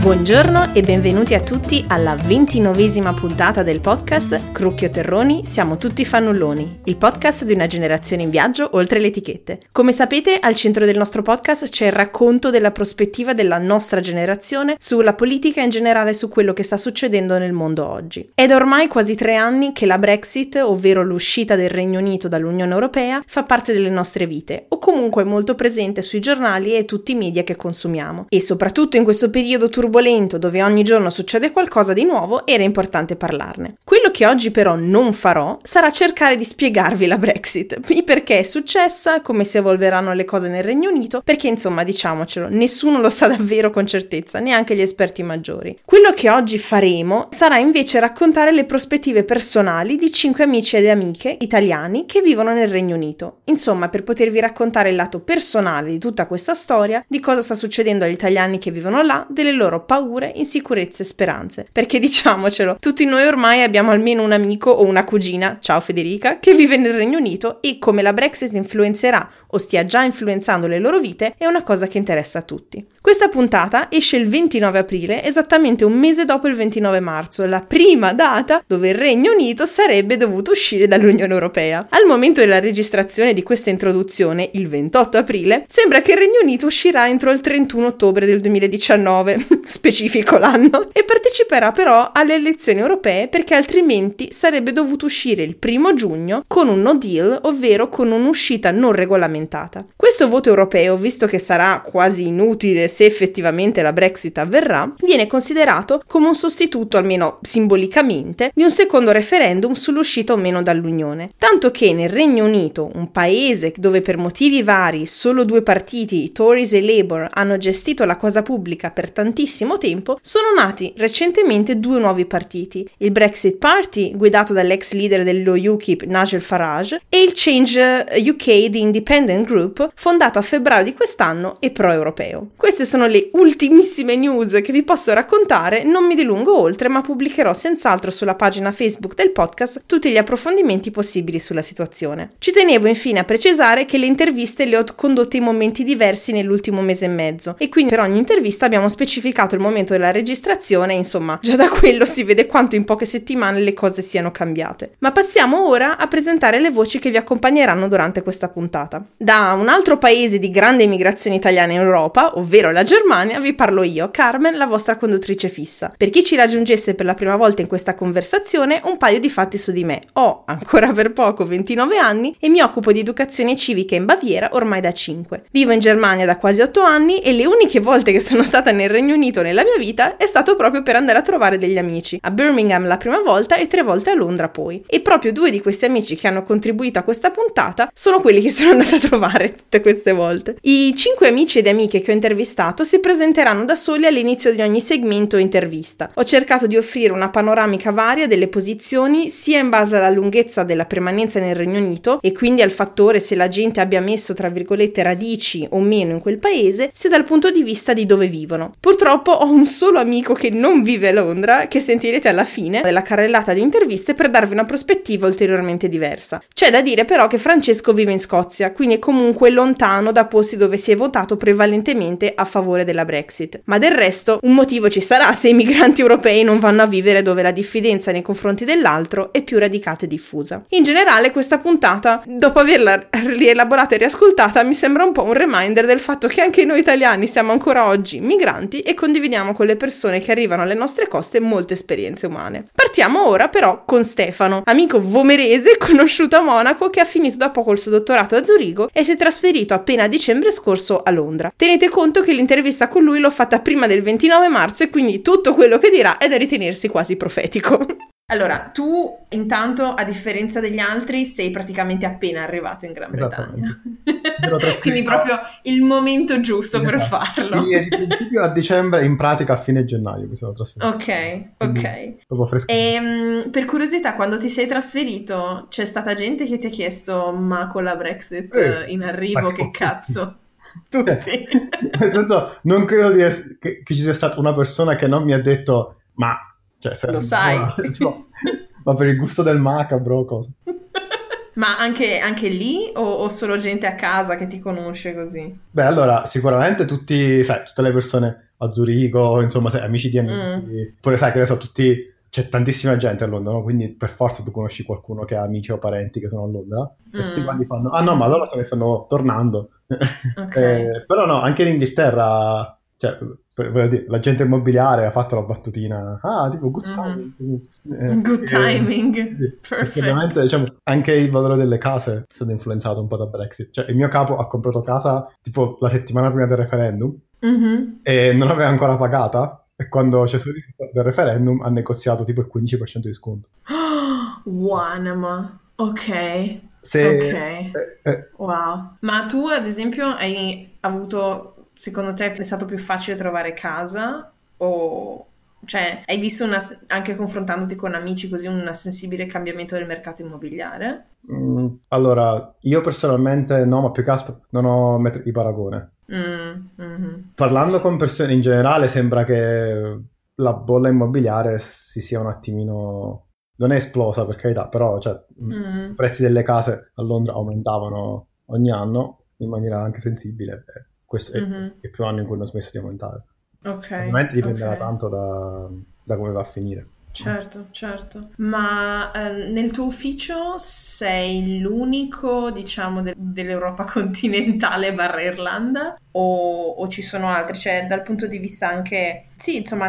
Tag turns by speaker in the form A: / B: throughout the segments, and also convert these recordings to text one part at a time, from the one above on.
A: Buongiorno e benvenuti a tutti alla 29esima puntata del podcast Crucchio Terroni, siamo tutti fannulloni, il podcast di una generazione in viaggio oltre le etichette. Come sapete, al centro del nostro podcast c'è il racconto della prospettiva della nostra generazione sulla politica e in generale su quello che sta succedendo nel mondo oggi. È da ormai quasi 3 anni che la Brexit, ovvero l'uscita del Regno Unito dall'Unione Europea, fa parte delle nostre vite, o comunque è molto presente sui giornali e tutti i media che consumiamo. E soprattutto in questo periodo turbolento dove ogni giorno succede qualcosa di nuovo, era importante parlarne. Quello che oggi però non farò sarà cercare di spiegarvi la Brexit, il perché è successa, come si evolveranno le cose nel Regno Unito, perché insomma, diciamocelo, nessuno lo sa davvero con certezza, neanche gli esperti maggiori. Quello che oggi faremo sarà invece raccontare le prospettive personali di 5 amici ed amiche italiani che vivono nel Regno Unito. Insomma, per potervi raccontare il lato personale di tutta questa storia, di cosa sta succedendo agli italiani che vivono là, delle loro paure, insicurezze e speranze. Perché diciamocelo, tutti noi ormai abbiamo almeno un amico o una cugina, ciao Federica, che vive nel Regno Unito e come la Brexit influenzerà o stia già influenzando le loro vite è una cosa che interessa a tutti. Questa puntata esce il 29 aprile, esattamente un mese dopo il 29 marzo, la prima data dove il Regno Unito sarebbe dovuto uscire dall'Unione Europea. Al momento della registrazione di questa introduzione, il 28 aprile, sembra che il Regno Unito uscirà entro il 31 ottobre del 2019, specifico l'anno, e parteciperà però alle elezioni europee perché altrimenti sarebbe dovuto uscire il 1 giugno con un no deal, ovvero con un'uscita non regolamentata. Questo voto europeo, visto che sarà quasi inutile se effettivamente la Brexit avverrà, viene considerato come un sostituto, almeno simbolicamente, di un secondo referendum sull'uscita o meno dall'Unione. Tanto che nel Regno Unito, un paese dove per motivi vari solo 2 partiti, Tories e Labour, hanno gestito la cosa pubblica per tantissimo tempo, sono nati recentemente 2 nuovi partiti, il Brexit Party, guidato dall'ex leader dello UKIP Nigel Farage, e il Change UK di Independent Group, fondato a febbraio di quest'anno e pro-europeo. Queste sono le ultimissime news che vi posso raccontare, non mi dilungo oltre, ma pubblicherò senz'altro sulla pagina Facebook del podcast tutti gli approfondimenti possibili sulla situazione. Ci tenevo infine a precisare che le interviste le ho condotte in momenti diversi nell'ultimo mese e mezzo, e quindi per ogni intervista abbiamo specificato il momento della registrazione, insomma, già da quello si vede quanto in poche settimane le cose siano cambiate. Ma passiamo ora a presentare le voci che vi accompagneranno durante questa puntata. Da un altro paese di grande immigrazione italiana in Europa, ovvero la Germania, vi parlo io, Carmen, la vostra conduttrice fissa. Per chi ci raggiungesse per la prima volta in questa conversazione, un paio di fatti su di me. Ho, ancora per poco, 29 anni e mi occupo di educazione civica in Baviera ormai da 5. Vivo in Germania da quasi 8 anni e le uniche volte che sono stata nel Regno Unito nella mia vita è stato proprio per andare a trovare degli amici. A Birmingham la prima volta e 3 volte a Londra poi. E proprio 2 di questi amici che hanno contribuito a questa puntata sono quelli che sono andata a trovare tutte queste volte. I 5 amici ed amiche che ho intervistato si presenteranno da soli all'inizio di ogni segmento o intervista. Ho cercato di offrire una panoramica varia delle posizioni sia in base alla lunghezza della permanenza nel Regno Unito e quindi al fattore se la gente abbia messo tra virgolette radici o meno in quel paese, sia dal punto di vista di dove vivono. Purtroppo ho un solo amico che non vive a Londra, che sentirete alla fine della carrellata di interviste per darvi una prospettiva ulteriormente diversa. C'è da dire però che Francesco vive in Scozia, quindi è comunque lontano da posti dove si è votato prevalentemente a favore della Brexit. Ma del resto un motivo ci sarà se i migranti europei non vanno a vivere dove la diffidenza nei confronti dell'altro è più radicata e diffusa. In generale questa puntata, dopo averla rielaborata e riascoltata, mi sembra un po' un reminder del fatto che anche noi italiani siamo ancora oggi migranti e condividiamo con le persone che arrivano alle nostre coste molte esperienze umane. Partiamo ora però con Stefano, amico vomerese conosciuto a Monaco che ha finito da poco il suo dottorato a Zurigo e si è trasferito appena a dicembre scorso a Londra. Tenete conto che l'intervista con lui l'ho fatta prima del 29 marzo e quindi tutto quello che dirà è da ritenersi quasi profetico. Allora, tu intanto, a differenza degli altri, sei praticamente appena arrivato in Gran Bretagna. Quindi proprio il momento giusto per farlo.
B: Sì, di principio a dicembre, in pratica a fine gennaio mi sono trasferito.
A: Ok.
B: Proprio fresco.
A: Per curiosità, quando ti sei trasferito, c'è stata gente che ti ha chiesto, ma con la Brexit in arrivo, che cazzo? Tutti.
B: Nel senso, non credo che ci sia stata una persona che non mi ha detto, ma... Cioè,
A: lo sai.
B: Ma per il gusto del macabro cosa?
A: Ma anche lì o solo gente a casa che ti conosce così?
B: Beh, allora, sicuramente tutte le persone a Zurigo, insomma, sai, amici di amici. Pure sai che ne so, tutti... C'è tantissima gente a Londra, no? Quindi per forza tu conosci qualcuno che ha amici o parenti che sono a Londra e tutti quanti fanno, ah no, ma loro se ne stanno tornando.
A: Ok.
B: Però no, anche in Inghilterra, cioè, voglio dire, l'agente immobiliare ha fatto la battutina, tipo good timing.
A: Good timing,
B: Sì, perché
A: perfect.
B: ovviamente diciamo, anche il valore delle case è stato influenzato un po' da Brexit. Cioè il mio capo ha comprato casa tipo la settimana prima del referendum e non l'aveva ancora pagata. E quando c'è stato il risultato del referendum ha negoziato tipo il 15% di sconto.
A: Wanama. Ok.
B: Se,
A: Ok. Wow. Ma tu, ad esempio, hai avuto, secondo te, è stato più facile trovare casa? O, cioè, hai visto anche confrontandoti con amici così un sensibile cambiamento del mercato immobiliare?
B: allora, io personalmente no, ma più che altro non ho metri di paragone. Parlando con persone in generale sembra che la bolla immobiliare si sia un attimino... Non è esplosa per carità, però cioè, i prezzi delle case a Londra aumentavano ogni anno in maniera anche sensibile. Questo è il primo anno in cui hanno smesso di aumentare.
A: Ok,
B: Ovviamente dipenderà
A: ok.
B: tanto da come va a finire.
A: Certo, certo. Ma nel tuo ufficio sei l'unico, diciamo, dell'Europa continentale barra Irlanda? O ci sono altri? Cioè, dal punto di vista anche... Sì, insomma,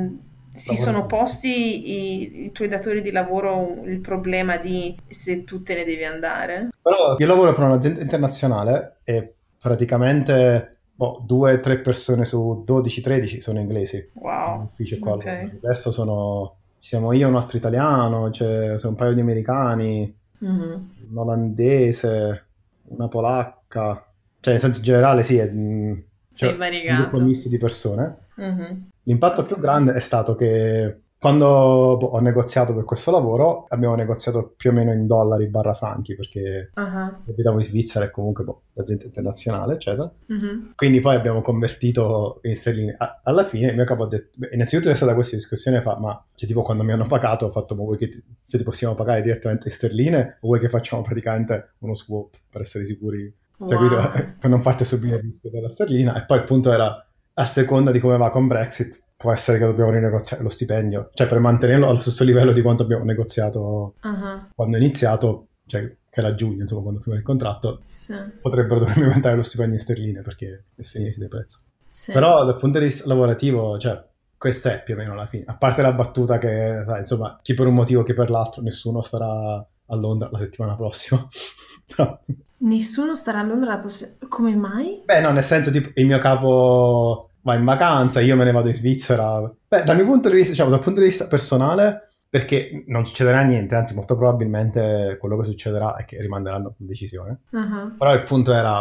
A: si sono
B: Lavorativo.
A: posti i tuoi datori di lavoro il problema di se tu te ne devi andare?
B: Però io lavoro per un'azienda internazionale e praticamente 2-3 persone su 12-13 sono inglesi.
A: Wow,
B: L'ufficio è qua a
A: ok.
B: Londra. Adesso siamo io e un altro italiano, sono un paio di americani,
A: Mhm.
B: un olandese, una polacca. Cioè, in senso generale, sì,
A: Sei
B: cioè, un gruppo
A: variegato.
B: misto di persone.
A: Mhm.
B: L'impatto più
A: Ok.
B: grande è stato che quando ho negoziato per questo lavoro, abbiamo negoziato più o meno in dollari barra franchi, perché
A: Ah,
B: abitavo in Svizzera e comunque l'azienda internazionale, eccetera.
A: mhm.
B: Quindi poi abbiamo convertito in sterline. Alla fine il mio capo ha detto, innanzitutto c'è stata questa discussione, ma cioè, tipo quando mi hanno pagato ho fatto, ma vuoi che ti possiamo pagare direttamente in sterline o vuoi che facciamo praticamente uno swap per essere sicuri? Cioè, quindi,
A: Wow.
B: per non farti subire il rischio della sterlina. E poi il punto era, a seconda di come va con Brexit, può essere che dobbiamo rinegoziare lo stipendio. Cioè, per mantenerlo allo stesso livello di quanto abbiamo negoziato
A: Ah,
B: quando è iniziato, cioè, che era giugno, insomma, quando prima del contratto,
A: sì,
B: potrebbero dover aumentare lo stipendio in sterline perché è segnati di prezzo.
A: sì.
B: Però dal punto di vista lavorativo, cioè, questa è più o meno la fine. A parte la battuta che, sai, insomma, chi per un motivo, chi per l'altro, nessuno starà a Londra la settimana prossima. Però...
A: Nessuno starà a Londra la prossima... Come mai?
B: Beh, no, nel senso, tipo, il mio capo va in vacanza, io me ne vado in Svizzera. Beh, dal mio punto di vista, diciamo, dal punto di vista personale, perché non succederà niente, anzi, molto probabilmente quello che succederà è che rimanderanno la decisione.
A: Ah,
B: Però il punto era,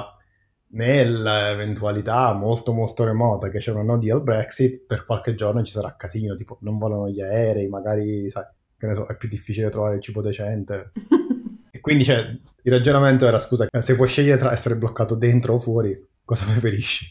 B: nell'eventualità molto molto remota che c'è una no deal Brexit, per qualche giorno ci sarà casino, tipo non volano gli aerei, magari, sai, che ne so, è più difficile trovare il cibo decente. E quindi, cioè, il ragionamento era, scusa, se puoi scegliere tra essere bloccato dentro o fuori, cosa preferisci?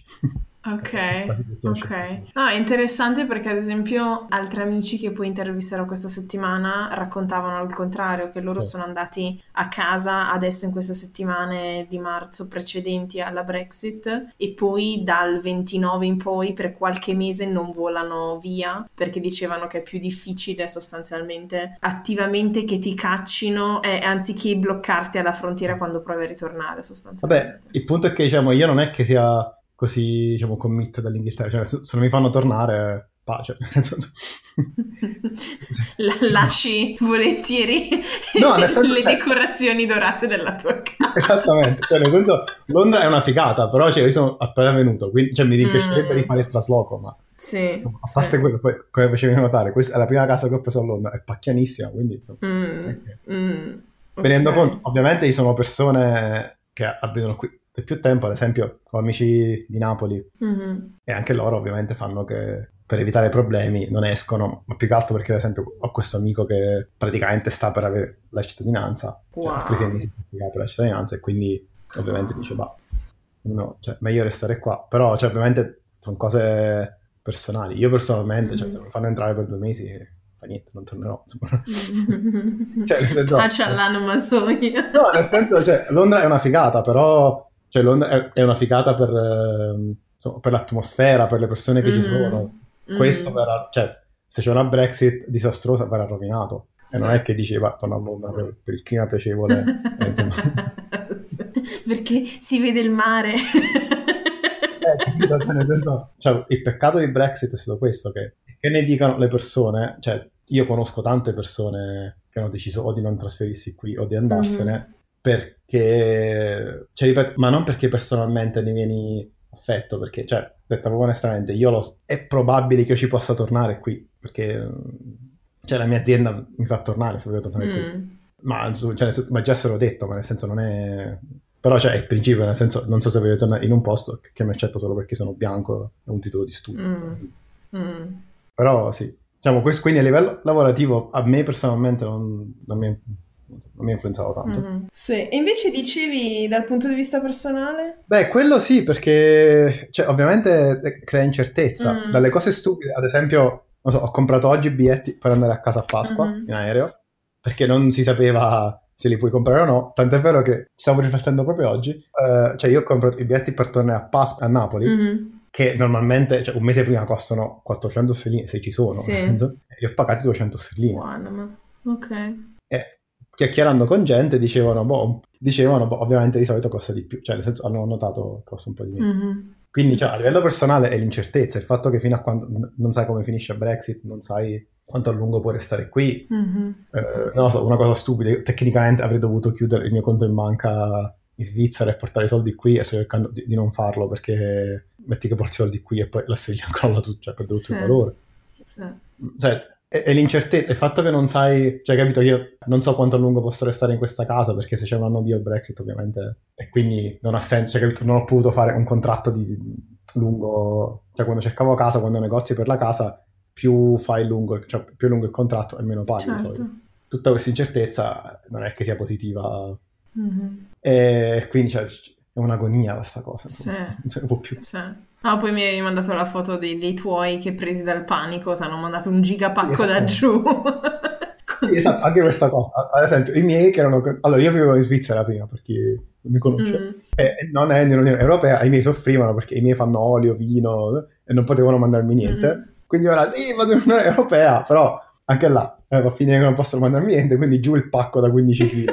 A: ok,
B: Quasi tutti hanno
A: ok.
B: scelto fuori.
A: No, è interessante perché ad esempio altri amici che poi intervisterò questa settimana raccontavano al contrario, che loro
B: Sì.
A: sono andati a casa adesso in queste settimane di marzo precedenti alla Brexit e poi dal 29 in poi per qualche mese non volano via perché dicevano che è più difficile sostanzialmente attivamente che ti caccino anziché bloccarti alla frontiera quando provi a ritornare
B: Vabbè,
A: sostanzialmente.
B: il punto è che, diciamo, io non è che sia così, diciamo, committed dall'Inghilterra, cioè, se non mi fanno tornare, pace. Nel senso...
A: Lasci volentieri
B: No, nel senso,
A: le
B: cioè,
A: decorazioni dorate della tua casa.
B: esattamente, cioè, nel senso, Londra è una figata, però cioè, io sono appena venuto, quindi cioè, mi rimpiacerebbe
A: Mm,
B: rifare il trasloco, ma
A: sì,
B: a
A: sì.
B: parte quello, poi, come facevi notare, questa è la prima casa che ho preso a Londra, è pacchianissima, quindi non è
A: Mm,
B: che...
A: mm,
B: Mi rendo
A: ok.
B: conto, ovviamente ci sono persone che abitano qui da più tempo, ad esempio ho amici di Napoli
A: Mhm.
B: e anche loro ovviamente fanno che per evitare problemi non escono, ma più che altro perché ad esempio ho questo amico che praticamente sta per avere la cittadinanza, cioè altri 6
A: Wow.
B: mesi per la cittadinanza e quindi ovviamente dice, bah,
A: Cazzo.
B: no, cioè meglio restare qua, però cioè, ovviamente sono cose personali. Io personalmente, cioè, se
A: Mhm.
B: mi fanno entrare per 2 mesi, fa niente, non tornerò.
A: Mhm.
B: Cioè, nel senso,
A: Pace all'anomasoia.
B: no, nel senso, cioè, Londra è una figata, però cioè, Londra è una figata insomma, per l'atmosfera, per le persone che ci sono. Questo cioè, se c'è una Brexit disastrosa verrà rovinato. Sì. E non è che diceva torna a Londra per il clima piacevole.
A: Perché si vede il mare.
B: Capito? Cioè, nel senso, cioè, il peccato di Brexit è stato questo, che ne dicano le persone, cioè io conosco tante persone che hanno deciso o di non trasferirsi qui o di andarsene, perché, cioè ripeto, ma non perché personalmente ne vieni affetto, perché, cioè, detto proprio onestamente, è probabile che io ci possa tornare qui, perché cioè, la mia azienda mi fa tornare se voglio tornare qui. Ma, cioè, ma già se l'ho detto, ma nel senso non è... Però c'è il principio, nel senso, non so se voglio tornare in un posto che mi accetto solo perché sono bianco e un titolo di studio. Però sì, diciamo, quindi a livello lavorativo a me personalmente non mi ha influenzato tanto.
A: Sì, e invece dicevi dal punto di vista personale?
B: Beh, quello sì, perché cioè, ovviamente crea incertezza. Dalle cose stupide, ad esempio, non so, ho comprato oggi i biglietti per andare a casa a Pasqua in aereo, perché non si sapeva se li puoi comprare o no, tant'è vero che ci stavo riflettendo proprio oggi, cioè io ho comprato i biglietti per tornare a Pasqua a Napoli, che normalmente, cioè un mese prima costano 400 sterline, se ci sono, sì. Li ho pagati 200 sterline.
A: Buono, ok.
B: E chiacchierando con gente dicevano, ovviamente di solito costa di più, cioè nel senso hanno notato che costa un po' di meno. Quindi cioè, a livello personale è l'incertezza, il fatto che fino a quando non sai come finisce Brexit, non sai quanto a lungo può restare qui. Non lo so, una cosa stupida, io tecnicamente avrei dovuto chiudere il mio conto in banca in Svizzera e portare i soldi qui, e sto cercando di non farlo, perché metti che porti i soldi qui e poi la sterlina crolla tutto, cioè perde tutto il valore. Cioè, è l'incertezza, il fatto che non sai, cioè capito, io non so quanto a lungo posso restare in questa casa, perché se c'è un anno di Brexit ovviamente, e quindi non ha senso, cioè capito, non ho potuto fare un contratto di lungo, cioè quando cercavo casa, quando negozi per la casa, più fai lungo, cioè più lungo il contratto e meno paghi. Certo. Tutta questa incertezza non è che sia positiva, e quindi cioè, è un'agonia questa cosa,
A: sì.
B: Non se ne può più.
A: Sì. Ah, poi mi hai mandato la foto dei tuoi che presi dal panico ti hanno mandato un gigapacco da giù.
B: Sì, esatto, anche questa cosa. Ad esempio, i miei che erano... Allora, io vivevo in Svizzera prima, per chi non mi conosce, e non è nell'Unione Europea, i miei soffrivano perché i miei fanno olio, vino, e non potevano mandarmi niente. Quindi ora sì, vado in Unione Europea, però anche là va a finire che non possono mandarmi niente, quindi giù il pacco da 15 kg.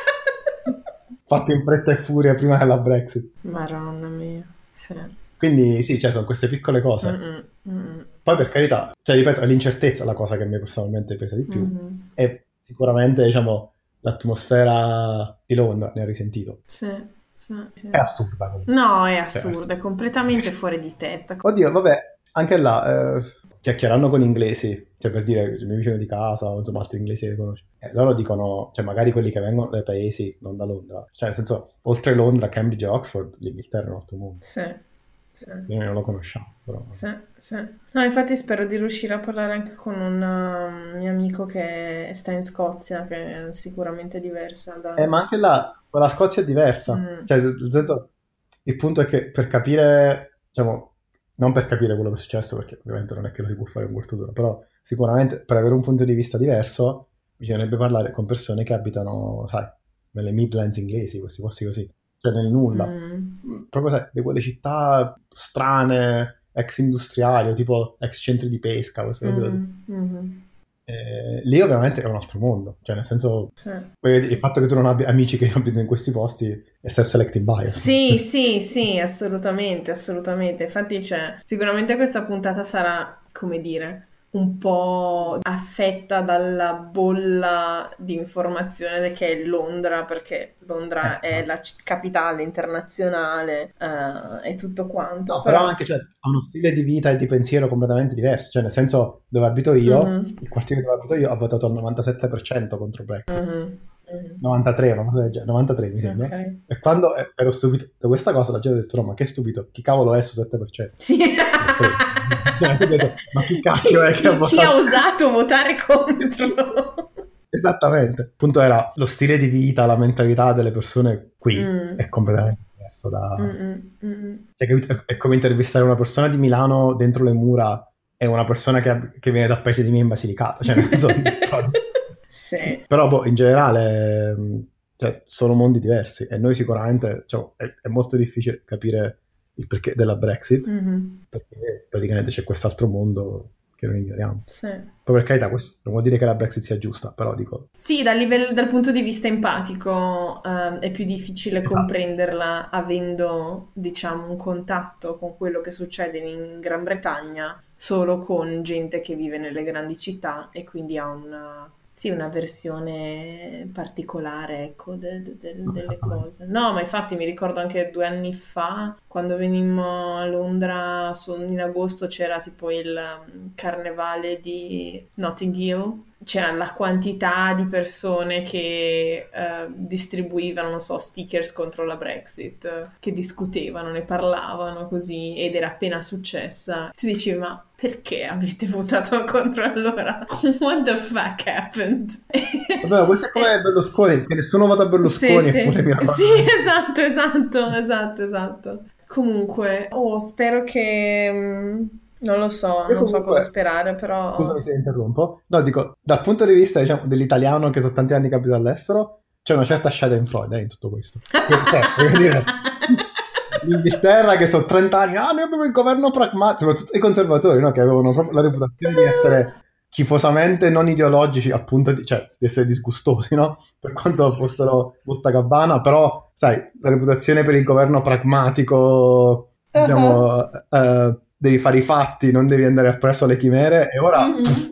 B: Fatto in fretta e furia prima della Brexit.
A: Madonna mia, sì.
B: Quindi sì, cioè sono queste piccole cose. Poi per carità, cioè ripeto, è l'incertezza la cosa che a me personalmente pesa di più, e sicuramente diciamo l'atmosfera di Londra ne ha risentito.
A: Sì.
B: È assurda comunque.
A: No, è assurda, è completamente fuori di testa.
B: Oddio, vabbè, anche là chiacchierando con inglesi, cioè per dire i miei vicini di casa o insomma altri inglesi che conosci, loro dicono, cioè magari quelli che vengono dai paesi, non da Londra, cioè nel senso, oltre Londra, Cambridge e Oxford, l'Inghilterra è un altro mondo.
A: Sì.
B: Noi non lo conosciamo, però.
A: Sì. No, infatti spero di riuscire a parlare anche con un mio amico che sta in Scozia, che è sicuramente diversa da...
B: Ma anche là, la Scozia è diversa. Cioè, nel senso, il punto è che per capire, diciamo, non per capire quello che è successo, perché ovviamente non è che lo si può fare in molto duro, però sicuramente per avere un punto di vista diverso bisognerebbe parlare con persone che abitano, sai, nelle Midlands inglesi, questi posti così, cioè nel nulla. Proprio, sai, di quelle città strane, ex industriali, o tipo ex centri di pesca, queste cose così. Lì ovviamente è un altro mondo, cioè nel senso, il fatto che tu non abbia amici che abitano in questi posti è self-selecting bias.
A: Sì, assolutamente. Infatti sicuramente questa puntata sarà, come dire, un po' affetta dalla bolla di informazione che è Londra, perché Londra è la capitale internazionale e tutto quanto.
B: No, però anche ha uno stile di vita e di pensiero completamente diverso, cioè nel senso, dove abito io, il quartiere dove abito io ha votato al 97% contro Brexit. 93, una cosa del genere, 93 mi sembra. Okay. E quando ero stupito da questa cosa, la gente ha detto: no, ma che stupido, chi cavolo è su 7%?
A: Sì.
B: Ma chi cacchio è che ha votato?
A: Chi ha osato votare contro?
B: Esattamente. Il punto era lo stile di vita, la mentalità delle persone qui è completamente diverso da... Cioè, è come intervistare una persona di Milano dentro le mura e una persona che viene dal paese di me in Basilicata, cioè non so.
A: Sì.
B: Però in generale sono mondi diversi, e noi sicuramente è molto difficile capire il perché della Brexit, perché praticamente c'è quest'altro mondo che noi ignoriamo.
A: Sì.
B: Poi per carità, questo non vuol dire che la Brexit sia giusta, però dico...
A: Sì, dal punto di vista empatico è più difficile comprenderla avendo, diciamo, un contatto con quello che succede in Gran Bretagna solo con gente che vive nelle grandi città e quindi ha una versione particolare, ecco, delle cose. No, ma infatti mi ricordo anche 2 anni fa, quando venimmo a Londra in agosto, c'era tipo il carnevale di Notting Hill. C'era la quantità di persone che distribuivano, non so, stickers contro la Brexit, che discutevano, ne parlavano così, ed era appena successa. Tu dici, ma perché avete votato contro allora? What the fuck happened?
B: Vabbè, questo è come Berlusconi, che nessuno vota Berlusconi eppure mi raccomando.
A: Sì, esatto. Comunque, spero che... Non lo so, non so cosa sperare, però...
B: Scusami se interrompo. No, dico, dal punto di vista, diciamo, dell'italiano che sono tanti anni che abita all'estero, c'è una certa schadenfreude in tutto questo. Voglio dire, l'Inghilterra che sono 30 anni, noi abbiamo il governo pragmatico, soprattutto i conservatori, no? Che avevano proprio la reputazione di essere schifosamente non ideologici, appunto, di essere disgustosi, no? Per quanto fossero volta gabbana, però, sai, la reputazione per il governo pragmatico, diciamo... devi fare i fatti, non devi andare appresso alle chimere, e ora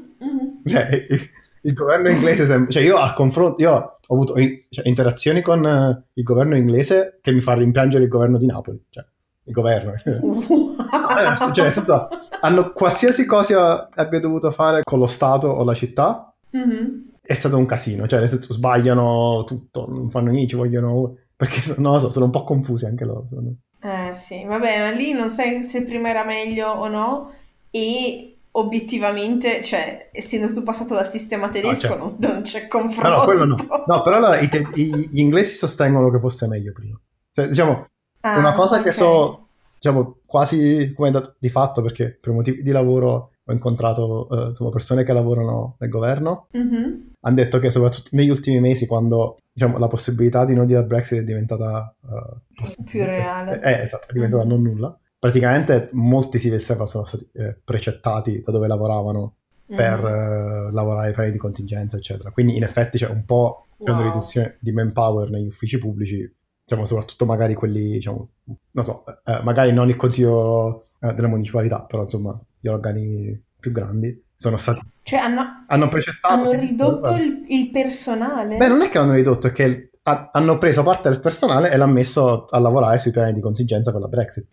B: cioè, il governo inglese cioè io al confronto ho avuto interazioni con il governo inglese che mi fa rimpiangere il governo di Napoli, cioè il governo cioè nel senso, hanno qualsiasi cosa abbia dovuto fare con lo Stato o la città è stato un casino, cioè nel senso sbagliano tutto, non fanno niente, ci vogliono, perché non lo so, sono un po' confusi anche loro, secondo me.
A: Sì, vabbè, ma lì non sai se prima era meglio o no, e obiettivamente, cioè, essendo tu passato dal sistema tedesco, certo. non c'è confronto.
B: No, quello no. No, però allora gli inglesi sostengono che fosse meglio prima. Cioè, diciamo, una cosa che so, diciamo, quasi come di fatto, perché per motivi di lavoro ho incontrato insomma, persone che lavorano nel governo, hanno detto che soprattutto negli ultimi mesi, quando diciamo la possibilità di no deal Brexit è diventata
A: più reale,
B: esatto, è diventata non nulla, praticamente molti civil sono stati precettati da dove lavoravano per lavorare ai piani di contingenza, eccetera. Quindi in effetti c'è un po' una riduzione di manpower negli uffici pubblici, diciamo, soprattutto magari quelli, diciamo, non so, magari non il consiglio della municipalità, però insomma gli organi più grandi sono stati,
A: cioè
B: hanno precettato,
A: hanno ridotto il personale.
B: Beh, non è che l'hanno ridotto, è che hanno preso parte del personale e l'hanno messo a lavorare sui piani di contingenza per la Brexit.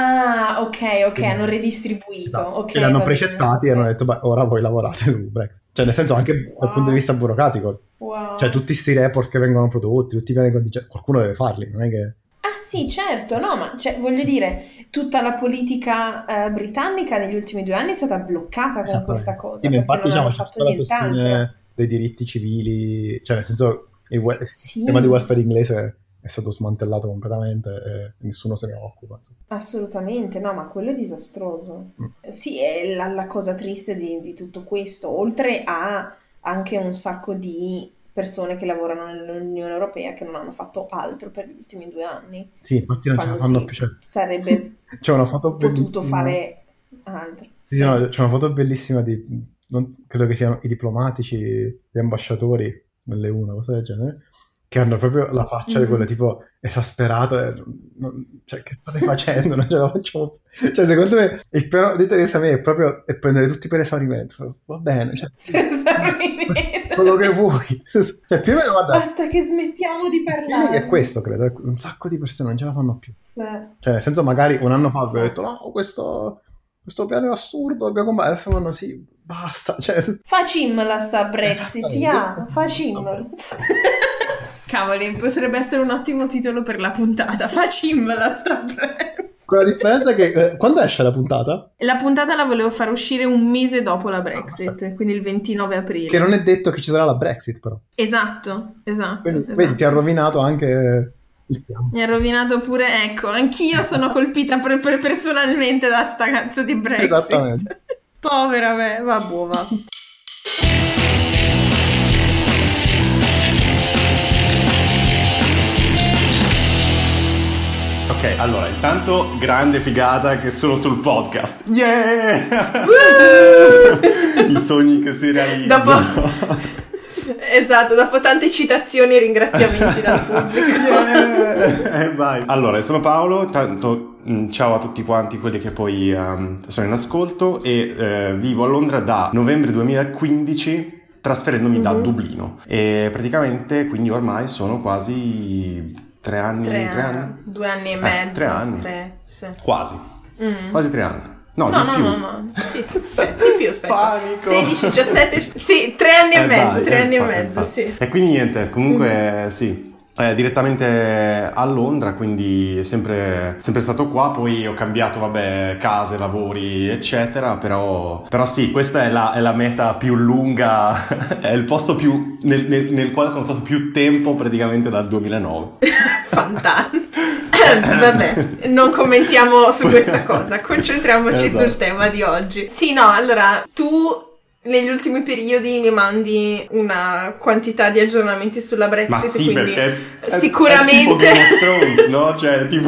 A: Ok, quindi, hanno redistribuito,
B: esatto. Okay, e l'hanno precettati e hanno detto, beh, ora voi lavorate su Brexit, cioè nel senso anche dal punto di vista burocratico, cioè tutti sti report che vengono prodotti, tutti i piani di contingenza, qualcuno deve farli, non è che...
A: Sì, certo, no, ma cioè, voglio dire, tutta la politica britannica negli ultimi 2 anni è stata bloccata con questa cosa,
B: sì,
A: perché
B: infatti,
A: non hanno fatto nient'altro.
B: Dei diritti civili, cioè nel senso il sistema di welfare inglese è stato smantellato completamente e nessuno se ne occupa.
A: Assolutamente, no, ma quello è disastroso. Sì, è la cosa triste di tutto questo, oltre a anche un sacco di persone che lavorano nell'Unione Europea che non hanno fatto altro per gli ultimi 2 anni.
B: Sì, infatti non ce la fanno più.
A: Sarebbe
B: c'è una foto
A: potuto fare altro.
B: Sì, no, c'è una foto bellissima credo che siano i diplomatici, gli ambasciatori nelle una cosa del genere, che hanno proprio la faccia di quello tipo esasperato, cioè che state facendo, non ce la facciamo più. Cioè secondo me il piano di Theresa May è proprio prendere tutti per esaurimento, va bene, cioè, quello che vuoi, cioè, più o meno, guarda,
A: basta che smettiamo di parlare.
B: Che è questo, credo, un sacco di persone non ce la fanno più,
A: sì.
B: Cioè nel senso magari un anno fa avevo detto no, questo piano è assurdo, dobbiamo combattere, adesso vanno sì, basta, cioè...
A: Facimmela sta Brexit, facimmela. Cavoli, potrebbe essere un ottimo titolo per la puntata, facimmela sta Brexit.
B: Con la differenza che quando esce la puntata?
A: La puntata la volevo far uscire un mese dopo la Brexit, quindi il 29 aprile.
B: Che non è detto che ci sarà la Brexit, però.
A: Esatto.
B: Quindi ti ha rovinato anche il piano. Mi
A: ha rovinato pure, ecco, anch'io sono colpita personalmente da sta cazzo di Brexit.
B: Esattamente.
A: Povera me, va.
B: Ok,
C: Allora, intanto grande figata che sono sul podcast. Yeah! I sogni che si realizzano.
A: Esatto, dopo tante citazioni e ringraziamenti dal pubblico.
C: Yeah! Vai. Allora, sono Paolo, tanto ciao a tutti quanti quelli che poi sono in ascolto e vivo a Londra da novembre 2015, trasferendomi da Dublino. E praticamente quindi ormai sono quasi 3 anni.
A: 2 anni e mezzo.
C: 3 anni.
A: Sì.
C: Quasi 3 anni. No, di più.
A: No. Sì, aspetta, di più, aspetta.
C: Panico.
A: 16, 17, sì, 3 anni e mezzo, 3 anni e mezzo, sì.
C: E quindi niente, comunque sì. Direttamente a Londra, quindi sempre stato qua, poi ho cambiato case, lavori eccetera, però sì, questa è la meta più lunga, è il posto più nel quale sono stato più tempo praticamente dal 2009.
A: Fantastico. Vabbè, non commentiamo su questa cosa, concentriamoci sul tema di oggi. Sì, no, allora, tu negli ultimi periodi mi mandi una quantità di aggiornamenti sulla Brexit,
C: ma sì,
A: quindi
C: perché
A: sicuramente...
C: è tipo Game of Thrones, no? Cioè, tipo...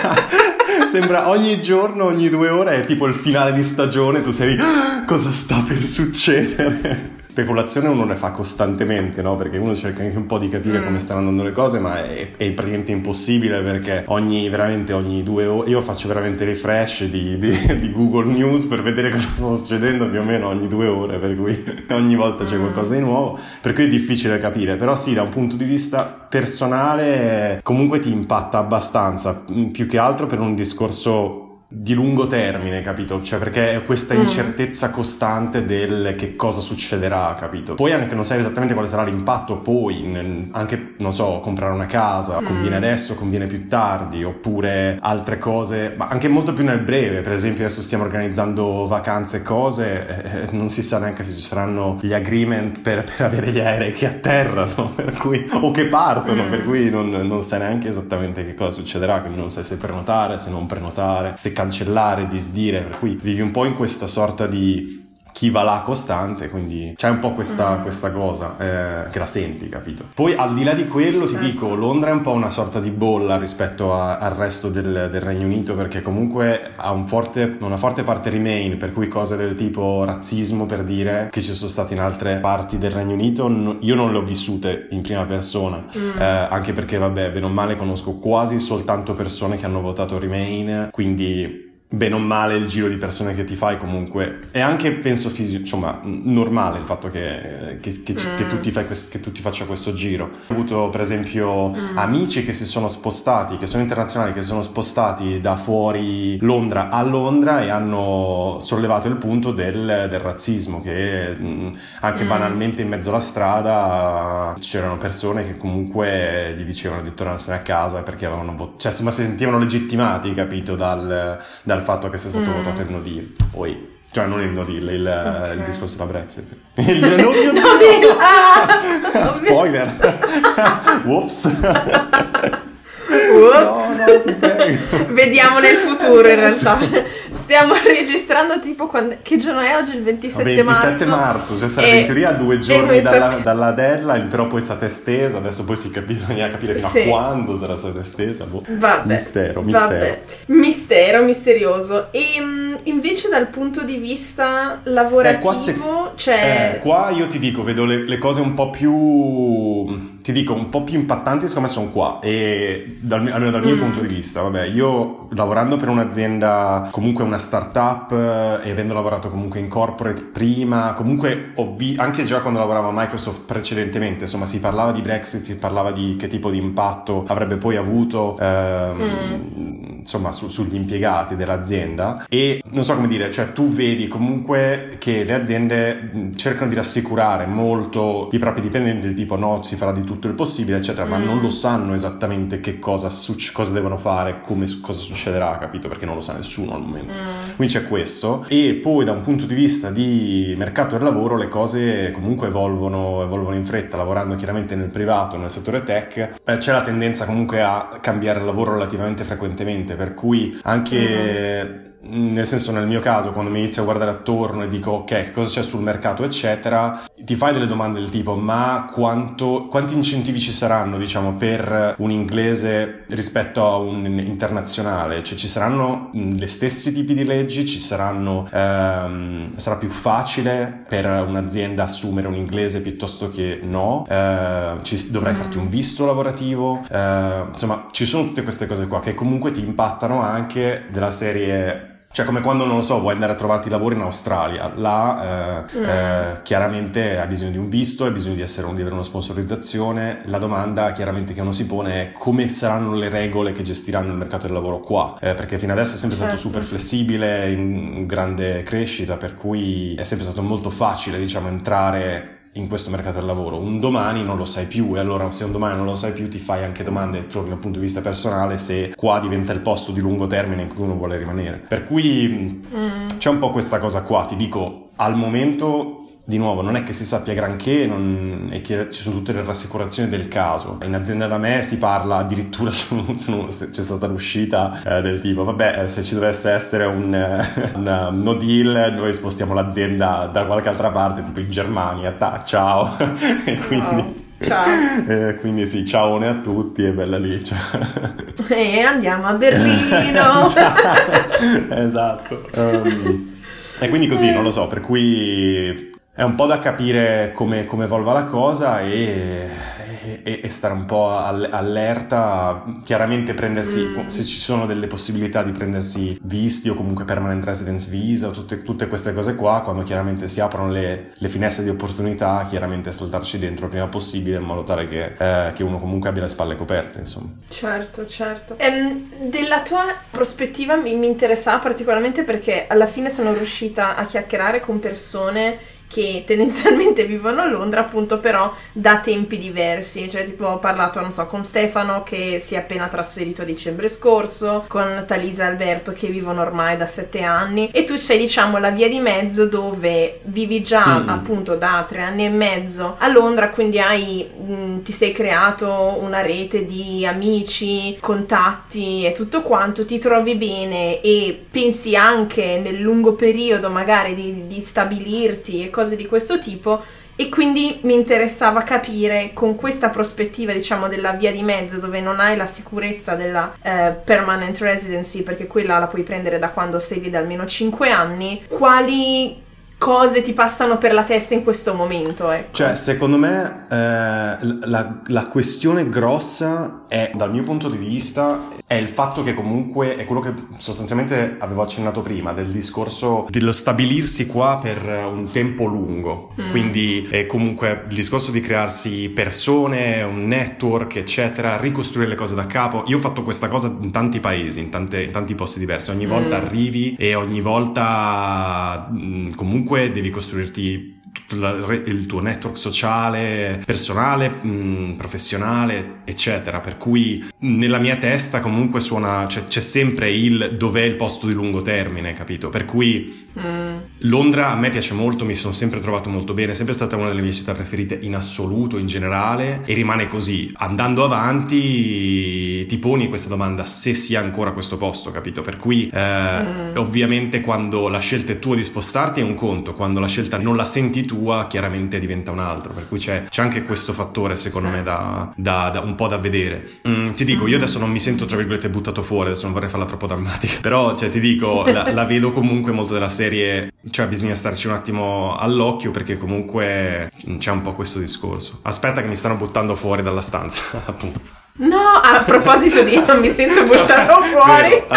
C: Sembra ogni giorno, ogni 2 ore è tipo il finale di stagione, tu sei lì, cosa sta per succedere? Speculazione uno ne fa costantemente, no? Perché uno cerca anche un po' di capire come stanno andando le cose, ma è praticamente impossibile, perché ogni 2 ore io faccio veramente refresh di Google News per vedere cosa sta succedendo più o meno ogni 2 ore, per cui ogni volta c'è qualcosa di nuovo, per cui è difficile capire. Però sì, da un punto di vista personale comunque ti impatta abbastanza, più che altro per un discorso di lungo termine, capito? Cioè, perché è questa incertezza costante del che cosa succederà, capito? Poi anche non sai esattamente quale sarà l'impatto poi, anche, non so, comprare una casa, conviene adesso, conviene più tardi, oppure altre cose, ma anche molto più nel breve. Per esempio adesso stiamo organizzando vacanze e cose, non si sa neanche se ci saranno gli agreement per avere gli aerei che atterrano, per cui, o che partono, per cui non sai neanche esattamente che cosa succederà, quindi non sai se prenotare, se non prenotare, se cancellare, disdire, per cui vivi un po' in questa sorta di chi va là costante, quindi c'è un po' questa cosa che la senti, capito? Poi al di là di quello ti dico, Londra è un po' una sorta di bolla rispetto al resto del Regno Unito, perché comunque ha una forte parte Remain, per cui cose del tipo razzismo, per dire, che ci sono state in altre parti del Regno Unito, io non le ho vissute in prima persona, anche perché bene o male conosco quasi soltanto persone che hanno votato Remain, quindi bene o male il giro di persone che ti fai comunque è anche, penso, insomma, normale il fatto che tutti faccia questo giro. Ho avuto per esempio amici che si sono spostati, che sono internazionali, che si sono spostati da fuori Londra a Londra e hanno sollevato il punto del razzismo, che anche banalmente in mezzo alla strada c'erano persone che comunque gli dicevano di tornarsene a casa perché avevano cioè insomma si sentivano legittimati, capito, dal fatto che sia stato votato il no deal. Poi, cioè non il no deal, il discorso della Brexit. Il no deal! Spoiler! Whoops!
A: No, ti prego. Vediamo nel futuro, in realtà. Stiamo registrando tipo che giorno è oggi? Il 27 marzo.
C: 27 marzo, cioè sarebbe in teoria 2 giorni dalla deadline, però poi è stata estesa, adesso poi bisogna capire fino a quando sarà stata estesa.
A: Misterioso. E invece dal punto di vista lavorativo,
C: qua io ti dico, vedo le cose un po' più, ti dico, un po' più impattanti, secondo me sono qua, e almeno dal mio punto di vista, io lavorando per un'azienda, comunque una startup, e avendo lavorato comunque in corporate prima, comunque anche già quando lavoravo a Microsoft precedentemente, insomma, si parlava di Brexit, si parlava di che tipo di impatto avrebbe poi avuto insomma sugli impiegati dell'azienda, e non so come dire, cioè tu vedi comunque che le aziende cercano di rassicurare molto i propri dipendenti, del tipo no, si farà di tutto il possibile eccetera, ma non lo sanno esattamente che cosa devono fare, cosa succederà, capito? Perché non lo sa nessuno al momento. Quindi c'è questo, e poi da un punto di vista di mercato del lavoro le cose comunque evolvono in fretta. Lavorando chiaramente nel privato, nel settore tech, c'è la tendenza comunque a cambiare lavoro relativamente frequentemente, per cui anche nel senso, nel mio caso, quando mi inizio a guardare attorno e dico ok, che cosa c'è sul mercato eccetera, ti fai delle domande del tipo ma quanti incentivi ci saranno, diciamo, per un inglese rispetto a un internazionale, cioè ci saranno gli stessi tipi di leggi, ci saranno sarà più facile per un'azienda assumere un inglese piuttosto che no, dovrai farti un visto lavorativo, insomma ci sono tutte queste cose qua che comunque ti impattano anche della serie. Cioè come quando, non lo so, vuoi andare a trovarti lavoro in Australia, là chiaramente hai bisogno di un visto, hai bisogno di avere una sponsorizzazione. La domanda chiaramente che uno si pone è come saranno le regole che gestiranno il mercato del lavoro qua, perché fino adesso è sempre stato super flessibile, in grande crescita, per cui è sempre stato molto facile, diciamo, entrare in questo mercato del lavoro. Un domani non lo sai più, e allora se un domani non lo sai più ti fai anche domande dal punto di vista personale se qua diventa il posto di lungo termine in cui uno vuole rimanere. Per cui c'è un po' questa cosa qua, ti dico, al momento di nuovo non è che si sappia granché, e che ci sono tutte le rassicurazioni del caso. In azienda da me si parla addirittura c'è stata l'uscita del tipo vabbè, se ci dovesse essere un no deal noi spostiamo l'azienda da qualche altra parte, tipo in Germania, ciao. E quindi ciao. Quindi sì, ciaone a tutti, è bella lì, cioè.
A: E andiamo a Berlino.
C: Esatto. E quindi così, non lo so, per cui è un po' da capire come evolva la cosa e stare un po' allerta, chiaramente prendersi, se ci sono delle possibilità di prendersi visti o comunque permanent residence visa o tutte queste cose qua, quando chiaramente si aprono le finestre di opportunità, chiaramente saltarci dentro il prima possibile in modo tale che uno comunque abbia le spalle coperte, insomma.
A: Certo. Della tua prospettiva mi interessava particolarmente perché alla fine sono riuscita a chiacchierare con persone che tendenzialmente vivono a Londra, appunto, però da tempi diversi. Cioè tipo ho parlato, non so, con Stefano che si è appena trasferito a dicembre scorso, con Talisa e Alberto che vivono ormai da 7 anni, e tu sei, diciamo, la via di mezzo dove vivi già appunto da 3 anni e mezzo a Londra, quindi ti sei creato una rete di amici, contatti e tutto quanto, ti trovi bene e pensi anche nel lungo periodo magari di stabilirti e cose di questo tipo. E quindi mi interessava capire, con questa prospettiva, diciamo, della via di mezzo dove non hai la sicurezza della permanent residency, perché quella la puoi prendere da quando sei lì da almeno 5 anni, quali cose ti passano per la testa in questo momento, ecco.
C: Cioè, secondo me la questione grossa è, dal mio punto di vista, è il fatto che comunque è quello che sostanzialmente avevo accennato prima, del discorso dello stabilirsi qua per un tempo lungo. Quindi è comunque il discorso di crearsi persone, un network, eccetera, ricostruire le cose da capo. Io ho fatto questa cosa in tanti paesi, in tanti posti diversi. Ogni volta arrivi e ogni volta comunque devi costruirti tutto il tuo network sociale, personale, professionale, eccetera. Per cui nella mia testa comunque suona, c'è sempre il dov'è il posto di lungo termine, capito? Per cui Londra a me piace molto, mi sono sempre trovato molto bene, è sempre stata una delle mie città preferite in assoluto, in generale, e rimane così. Andando avanti ti poni questa domanda, se sia ancora questo posto, capito? Per cui ovviamente quando la scelta è tua di spostarti è un conto, quando la scelta non la senti tua chiaramente diventa un altro, per cui c'è anche questo fattore secondo me da un po' da vedere. Ti dico, io adesso non mi sento tra virgolette buttato fuori, adesso non vorrei farla troppo drammatica, però cioè ti dico la vedo comunque molto della serie, cioè bisogna starci un attimo all'occhio perché comunque c'è un po' questo discorso. Aspetta che mi stanno buttando fuori dalla stanza appunto.
A: No, a proposito di non mi sento buttato fuori.
C: Vero,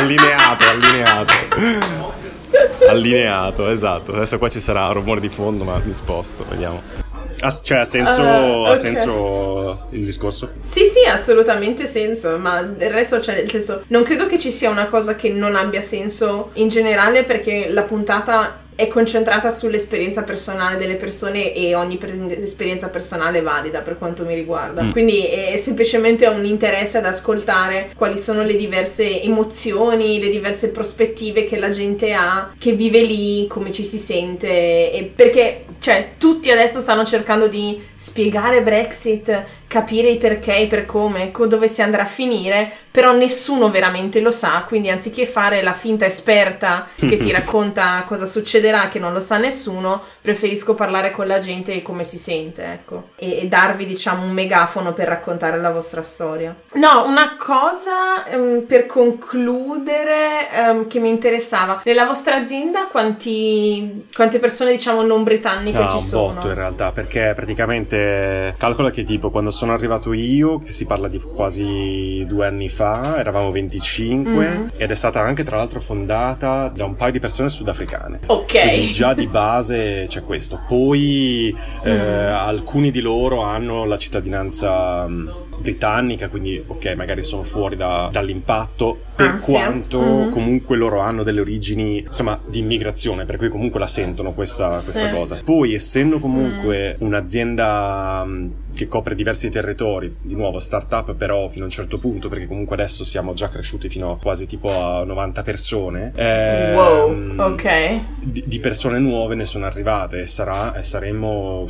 C: allineato, esatto. Adesso qua ci sarà rumore di fondo, ma mi sposto, vediamo. Cioè ha senso il discorso?
A: Sì, assolutamente senso, ma il resto, cioè, nel senso, non credo che ci sia una cosa che non abbia senso in generale, perché la puntata è concentrata sull'esperienza personale delle persone e ogni esperienza personale è valida per quanto mi riguarda. Quindi è semplicemente un interesse ad ascoltare quali sono le diverse emozioni, le diverse prospettive che la gente ha, che vive lì, come ci si sente, e perché cioè tutti adesso stanno cercando di spiegare Brexit, capire i perché, i per come, dove si andrà a finire, però nessuno veramente lo sa, quindi anziché fare la finta esperta che ti racconta cosa succederà, che non lo sa nessuno, preferisco parlare con la gente e come si sente, ecco, e darvi, diciamo, un megafono per raccontare la vostra storia. No, una cosa per concludere che mi interessava, nella vostra azienda quante persone, diciamo, non britanniche ci sono?
C: Un botto in realtà, perché praticamente calcola che tipo quando sono arrivato io, che si parla di quasi 2 anni fa, eravamo 25 ed è stata anche tra l'altro fondata da un paio di persone sudafricane.
A: Ok.
C: Quindi già di base c'è questo. Poi alcuni di loro hanno la cittadinanza britannica, quindi ok, magari sono fuori dall'impatto, per quanto comunque loro hanno delle origini, insomma, di immigrazione, per cui comunque la sentono questa cosa. Poi, essendo comunque un'azienda che copre diversi territori, di nuovo startup però fino a un certo punto, perché comunque adesso siamo già cresciuti fino a quasi tipo a 90 persone.
A: Wow, ok.
C: Di persone nuove ne sono arrivate e saremo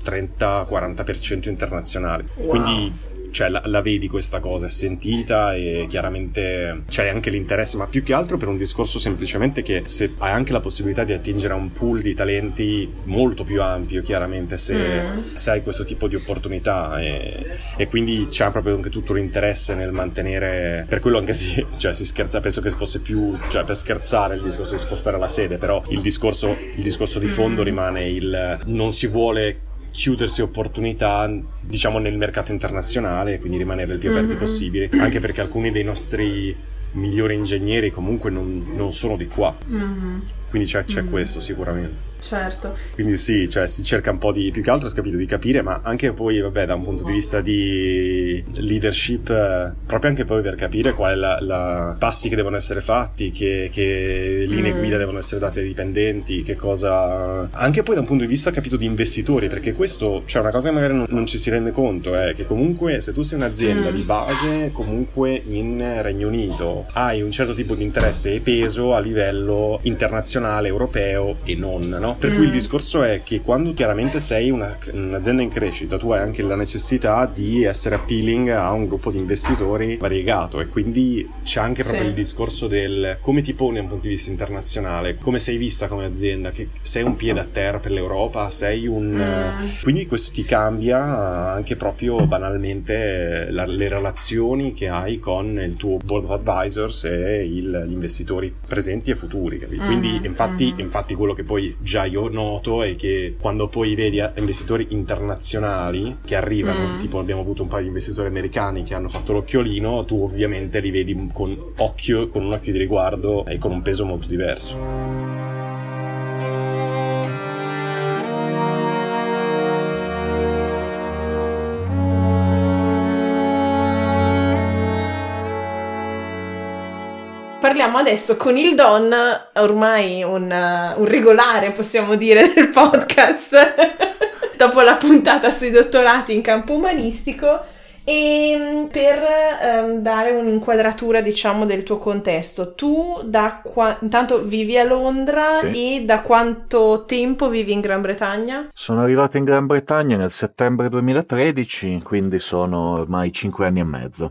C: 30-40% internazionali. Wow. Quindi cioè la vedi questa cosa, è sentita e chiaramente c'è anche l'interesse, ma più che altro per un discorso semplicemente che se hai anche la possibilità di attingere a un pool di talenti molto più ampio, chiaramente se hai questo tipo di opportunità e quindi c'è proprio anche tutto l'interesse nel mantenere, per quello anche si scherza, penso che fosse più, cioè per scherzare il discorso di spostare la sede, però il discorso di fondo rimane il non si vuole chiudersi opportunità, diciamo, nel mercato internazionale, quindi rimanere il più aperti possibile, anche perché alcuni dei nostri migliori ingegneri comunque non sono di qua, quindi c'è questo sicuramente.
A: Certo.
C: Quindi sì, cioè si cerca un po' di, più che altro capito, di capire, ma anche poi vabbè da un punto di vista di leadership, proprio anche poi per capire qual è la passi che devono essere fatti, che linee guida devono essere date ai dipendenti, che cosa, anche poi da un punto di vista capito di investitori, perché questo, cioè una cosa che magari non ci si rende conto è che comunque se tu sei un'azienda di base comunque in Regno Unito hai un certo tipo di interesse e peso a livello internazionale, europeo e non, no? Per cui il discorso è che quando chiaramente sei un'azienda in crescita, tu hai anche la necessità di essere appealing a un gruppo di investitori variegato, e quindi c'è anche proprio il discorso del come ti poni da un punto di vista internazionale, come sei vista come azienda, che sei un piede a terra per l'Europa, sei quindi questo ti cambia anche proprio banalmente le relazioni che hai con il tuo board of advisors e gli investitori presenti e futuri, capito? Quindi infatti quello che poi già io noto è che quando poi vedi investitori internazionali che arrivano, tipo abbiamo avuto un paio di investitori americani che hanno fatto l'occhiolino, tu ovviamente li vedi con un occhio di riguardo e con un peso molto diverso.
A: Parliamo adesso con il Don, ormai un regolare, possiamo dire, del podcast, dopo la puntata sui dottorati in campo umanistico, e per dare un'inquadratura, diciamo, del tuo contesto. Tu intanto vivi a Londra e da quanto tempo vivi in Gran Bretagna?
D: Sono arrivato in Gran Bretagna nel settembre 2013, quindi sono ormai 5 anni e mezzo.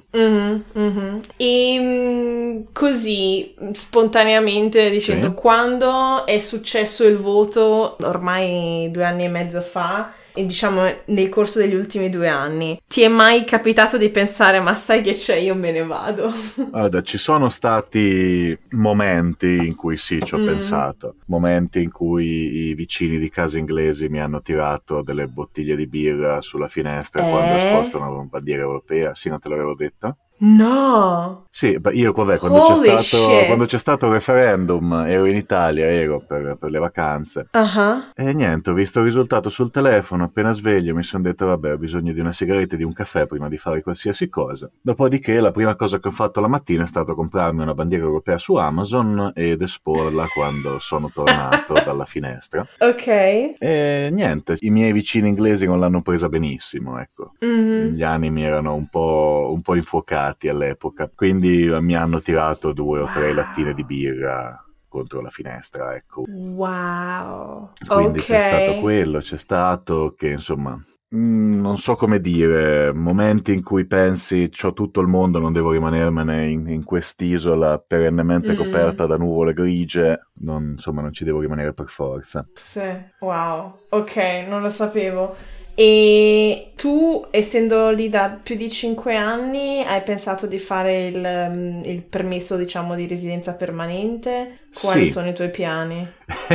A: E così, spontaneamente dicendo, quando è successo il voto, ormai 2 anni e mezzo fa, e diciamo nel corso degli ultimi 2 anni, ti è mai capitato di pensare, ma sai che c'è, io me ne vado?
D: Guarda, ci sono stati momenti in cui sì, ci ho pensato, momenti in cui i vicini di casa inglesi mi hanno tirato delle bottiglie di birra sulla finestra quando spostano una bandiera europea. Sì, non te l'avevo detto?
A: No!
D: Sì, io vabbè, quando c'è stato il referendum ero in Italia, per le vacanze. E niente, ho visto il risultato sul telefono, appena sveglio mi sono detto vabbè, ho bisogno di una sigaretta e di un caffè prima di fare qualsiasi cosa. Dopodiché la prima cosa che ho fatto la mattina è stato comprarmi una bandiera europea su Amazon ed esporla quando sono tornato dalla finestra.
A: Ok.
D: E niente, i miei vicini inglesi non l'hanno presa benissimo, ecco. Gli animi erano un po' infuocati all'epoca, quindi mi hanno tirato 2 o 3 lattine di birra contro la finestra, ecco.
A: Wow.
D: Quindi c'è stato quello, c'è stato che insomma non so come dire, momenti in cui pensi c'ho tutto il mondo, non devo rimanermene in quest'isola perennemente coperta da nuvole grigie, non ci devo rimanere per forza.
A: Sì, wow, ok, non lo sapevo. E tu, essendo lì da più di 5 anni, hai pensato di fare il permesso, diciamo, di residenza permanente? Quali sono i tuoi piani?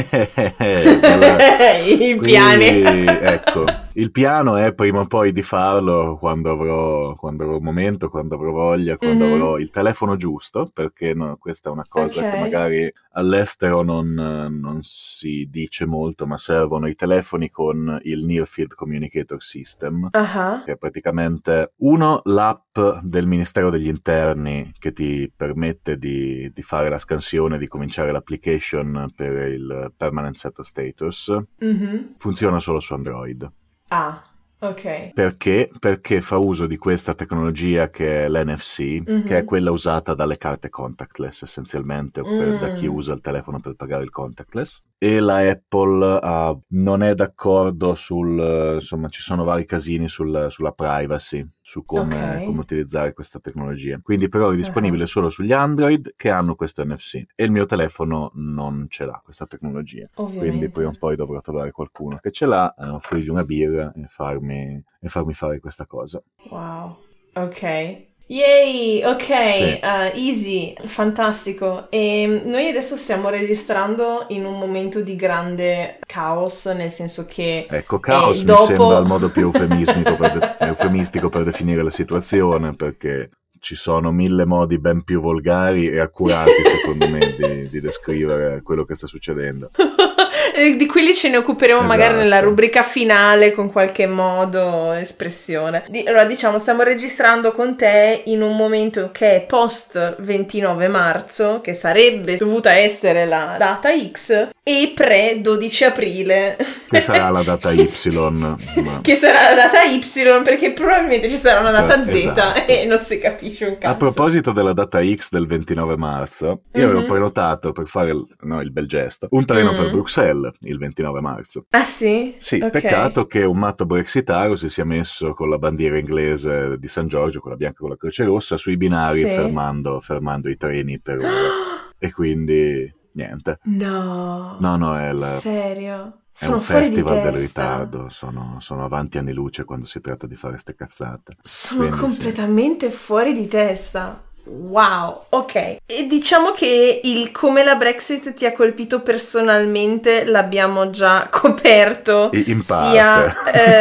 A: I piani.
D: Ecco, il piano è prima o poi di farlo quando avrò un momento, quando avrò voglia, quando avrò il telefono giusto, perché questa è una cosa che magari all'estero non si dice molto, ma servono i telefoni con il Near Field Communicator System, che è praticamente l'app del Ministero degli Interni che ti permette di fare la scansione, di cominciare l'application per il Permanent Settled Status. Funziona solo su Android.
A: Ok.
D: Perché? Perché fa uso di questa tecnologia che è l'NFC, che è quella usata dalle carte contactless essenzialmente, da chi usa il telefono per pagare il contactless. E la Apple non è d'accordo ci sono vari casini sulla privacy, su come utilizzare questa tecnologia. Quindi per ora è disponibile solo sugli Android che hanno questo NFC, e il mio telefono non ce l'ha questa tecnologia.
A: Ovviamente.
D: Quindi prima o poi dovrò trovare qualcuno che ce l'ha, offrirgli una birra e farmi fare questa cosa.
A: Wow, ok. Yay, ok,
D: sì.
A: Easy, fantastico. E noi adesso stiamo registrando in un momento di grande caos, nel senso che
D: ecco, caos mi sembra il modo più eufemistico per definire la situazione, perché ci sono 1000 modi ben più volgari e accurati secondo me di descrivere quello che sta succedendo.
A: Di quelli ce ne occuperemo magari nella rubrica finale con qualche modo, espressione. Allora, diciamo, stiamo registrando con te in un momento che è post 29 marzo, che sarebbe dovuta essere la data X, e pre 12 aprile.
D: Che sarà la data Y.
A: Che sarà la data Y, perché probabilmente ci sarà una data Z e non si capisce un cazzo.
D: A proposito della data X del 29 marzo, io avevo prenotato per fare il bel gesto, un treno per Bruxelles il 29 marzo.
A: Ah sì?
D: Sì, okay. Peccato che un matto brexitario si sia messo con la bandiera inglese di San Giorgio, quella bianca con la croce rossa, sui binari, fermando i treni per ora. E quindi niente.
A: No,
D: è
A: serio?
D: È un festival del ritardo, sono avanti anni luce quando si tratta di fare ste cazzate.
A: Sono completamente fuori di testa. Wow, ok. E diciamo che il come la Brexit ti ha colpito personalmente l'abbiamo già coperto.
D: In parte.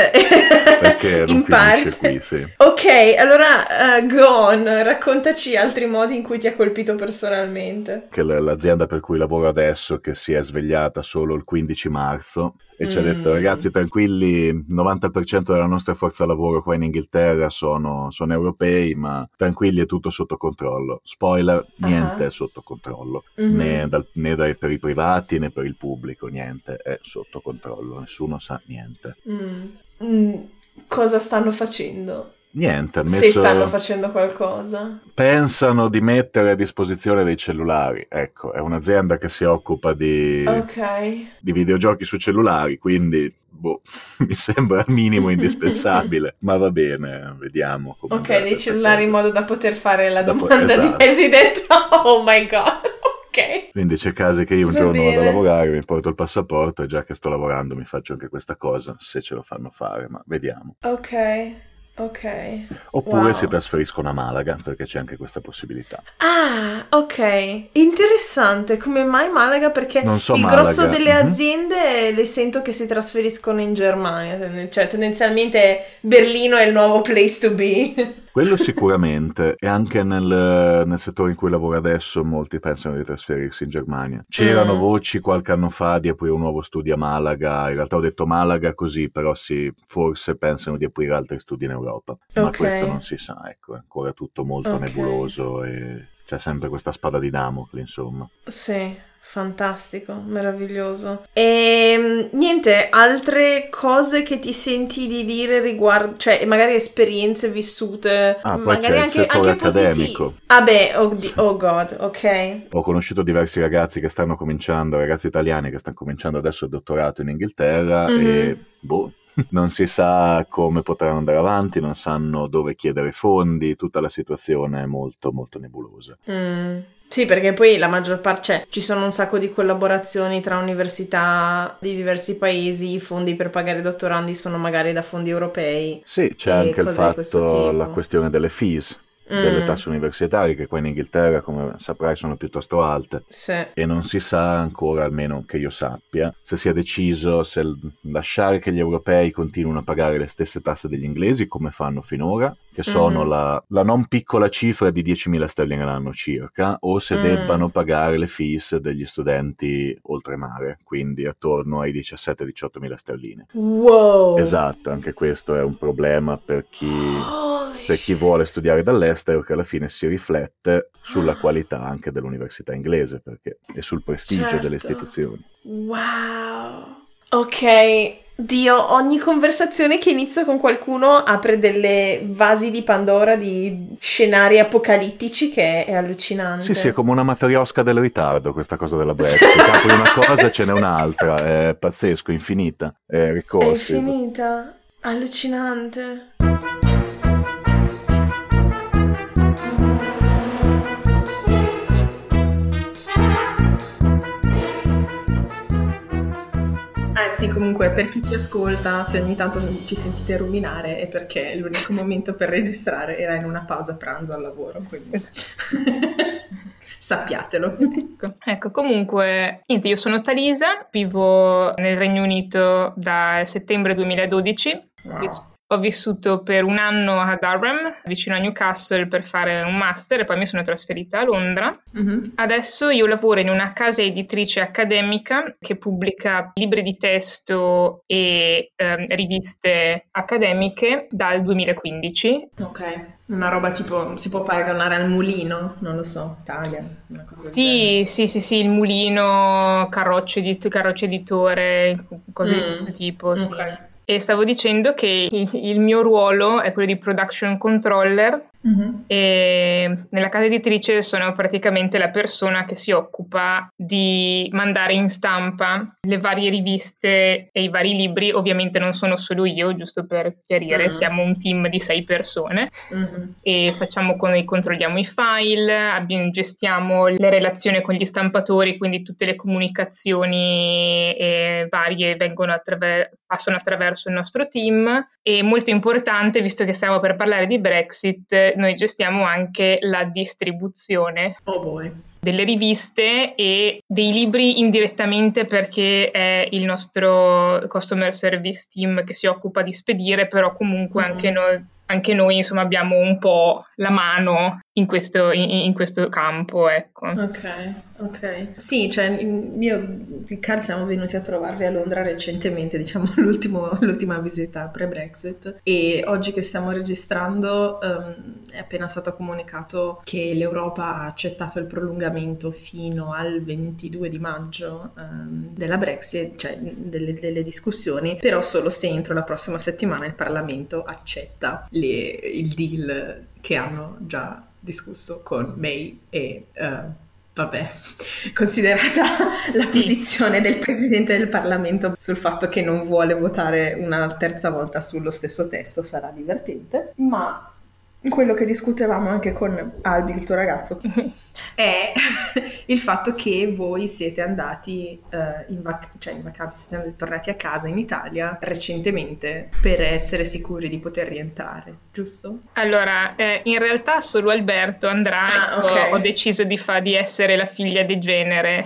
D: Perché non
A: in parte.
D: Qui, sì.
A: Ok, allora go on, raccontaci altri modi in cui ti ha colpito personalmente.
D: Che l'azienda per cui lavoro adesso, che si è svegliata solo il 15 marzo e ci ha detto: ragazzi, tranquilli, 90% della nostra forza lavoro qua in Inghilterra sono europei, ma tranquilli, è tutto sotto controllo. Spoiler, niente è sotto controllo, né per i privati né per il pubblico, niente è sotto controllo, nessuno sa niente.
A: Cosa stanno facendo?
D: Niente,
A: se stanno facendo qualcosa.
D: Pensano di mettere a disposizione dei cellulari. Ecco, è un'azienda che si occupa di videogiochi su cellulari, quindi mi sembra al minimo indispensabile. Ma va bene, vediamo come.
A: Ok, dei cellulari in modo da poter fare la domanda di resident. Oh my god. Ok.
D: Quindi c'è casi che io un giorno vado a lavorare, mi porto il passaporto e già che sto lavorando mi faccio anche questa cosa, se ce lo fanno fare, ma vediamo.
A: Ok.
D: Oppure si trasferiscono a Malaga, perché c'è anche questa possibilità.
A: Ah, ok. Interessante. Come mai Malaga? Perché
D: non so,
A: il
D: Malaga.
A: Grosso delle aziende le sento che si trasferiscono in Germania. Cioè, tendenzialmente Berlino è il nuovo place to be.
D: Quello sicuramente, e anche nel settore in cui lavoro adesso molti pensano di trasferirsi in Germania. C'erano voci qualche anno fa di aprire un nuovo studio a Malaga, in realtà ho detto Malaga così, però forse pensano di aprire altri studi in Europa, ma questo non si sa, ecco, è ancora tutto molto nebuloso e c'è sempre questa spada di Damocle, insomma.
A: Sì. fantastico, meraviglioso. E niente, altre cose che ti senti di dire riguardo, cioè magari esperienze vissute,
D: poi
A: magari
D: c'è
A: anche
D: accademico.
A: Oh god, ok.
D: Ho conosciuto diversi ragazzi che stanno cominciando, ragazzi italiani che stanno cominciando adesso il dottorato in Inghilterra e non si sa come potranno andare avanti, non sanno dove chiedere fondi, tutta la situazione è molto molto nebulosa.
A: Sì, perché poi la maggior parte, ci sono un sacco di collaborazioni tra università di diversi paesi, i fondi per pagare i dottorandi sono magari da fondi europei.
D: Sì, c'è anche il fatto, la questione delle fees, delle tasse universitarie, che qua in Inghilterra, come saprai, sono piuttosto alte.
A: Sì.
D: E non si sa ancora, almeno che io sappia, se sia deciso se lasciare che gli europei continuino a pagare le stesse tasse degli inglesi come fanno finora, che sono la non piccola cifra di 10.000 sterline l'anno circa, o se debbano pagare le fees degli studenti oltremare, quindi attorno ai 17-18.000 sterline.
A: Wow!
D: Esatto, anche questo è un problema per chi vuole studiare dall'estero, che alla fine si riflette sulla qualità anche dell'università inglese e sul prestigio delle istituzioni.
A: Wow! Ok, Dio, ogni conversazione che inizio con qualcuno apre delle vasi di Pandora di scenari apocalittici che è allucinante.
D: Sì, è come una matriosca del ritardo questa cosa della Brexit. Apri una cosa ce n'è un'altra, è pazzesco, infinita, è ricorso.
A: È infinita, allucinante. Sì, comunque per chi ci ascolta, se ogni tanto ci sentite ruminare è perché l'unico momento per registrare era in una pausa pranzo al lavoro, quindi sappiatelo.
E: Ecco, comunque, niente, io sono Talisa, vivo nel Regno Unito da settembre 2012. Wow. Ho vissuto per un anno a Durham, vicino a Newcastle, per fare un master e poi mi sono trasferita a Londra. Adesso io lavoro in una casa editrice accademica che pubblica libri di testo e riviste accademiche dal 2015.
A: Ok, una roba tipo, si può paragonare al Mulino, non lo so, Italia, una cosa
E: sì, il Mulino, Carroccio Editore, cose di questo tipo, sì. Okay. E stavo dicendo che il mio ruolo è quello di production controller e nella casa editrice sono praticamente la persona che si occupa di mandare in stampa le varie riviste e i vari libri. Ovviamente non sono solo io, giusto per chiarire, siamo un team di 6 persone e controlliamo i file, gestiamo le relazioni con gli stampatori, quindi tutte le comunicazioni varie passano attraverso il nostro team. E molto importante, visto che stiamo per parlare di Brexit, noi gestiamo anche la distribuzione delle riviste e dei libri indirettamente, perché è il nostro customer service team che si occupa di spedire, però comunque anche noi insomma abbiamo un po' la mano in questo campo, ecco.
A: Ok. Sì, cioè io e Carl siamo venuti a trovarvi a Londra recentemente, diciamo l'ultima visita pre-Brexit, e oggi che stiamo registrando è appena stato comunicato che l'Europa ha accettato il prolungamento fino al 22 di maggio della Brexit, cioè delle discussioni, però solo se entro la prossima settimana il Parlamento accetta il deal che hanno già discusso con May e considerata la posizione del Presidente del Parlamento sul fatto che non vuole votare una terza volta sullo stesso testo, sarà divertente. Ma quello che discutevamo anche con Albi, il tuo ragazzo, è il fatto che voi siete andati in vacanza, siete tornati a casa in Italia recentemente per essere sicuri di poter rientrare, giusto?
E: Allora, in realtà solo Alberto andrà. Ho deciso di essere la figlia degenere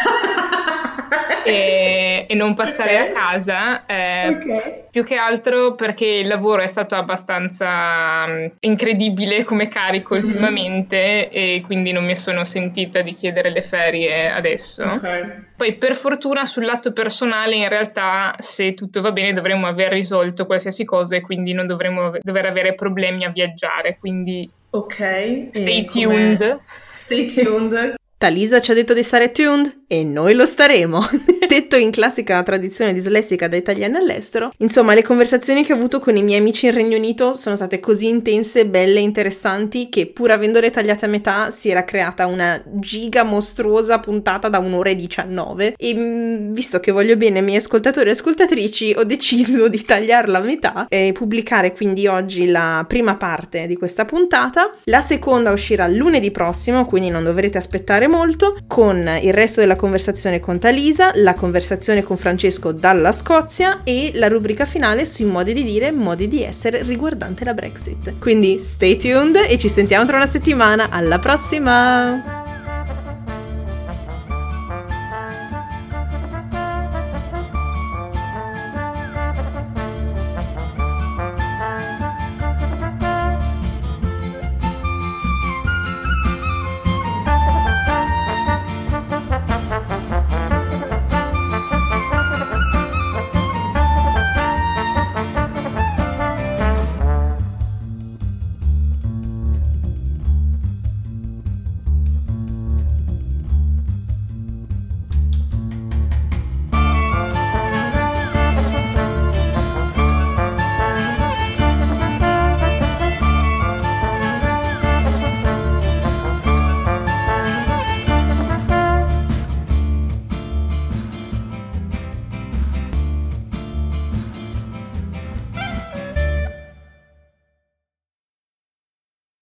E: e non passare a casa, più che altro perché il lavoro è stato abbastanza incredibile come carico ultimamente, e quindi non mi sono sentita di chiedere le ferie adesso. Poi per fortuna sul lato personale, in realtà, se tutto va bene, dovremmo aver risolto qualsiasi cosa e quindi non dovremmo dover avere problemi a viaggiare, quindi stay tuned.
A: Talisa ci ha detto di stare tuned e noi lo staremo. Detto in classica tradizione dislessica da italiani all'estero. Insomma, le conversazioni che ho avuto con i miei amici in Regno Unito sono state così intense, belle e interessanti che pur avendole tagliate a metà si era creata una giga mostruosa puntata da 1 ora e 19 e visto che voglio bene ai miei ascoltatori e ascoltatrici ho deciso di tagliarla a metà e pubblicare quindi oggi la prima parte di questa puntata. La seconda uscirà lunedì prossimo, quindi non dovrete aspettare molto, con il resto della conversazione con Talisa, la conversazione con Francesco dalla Scozia e la rubrica finale sui modi di dire, modi di essere riguardante la Brexit. Quindi stay tuned e ci sentiamo tra una settimana. Alla prossima!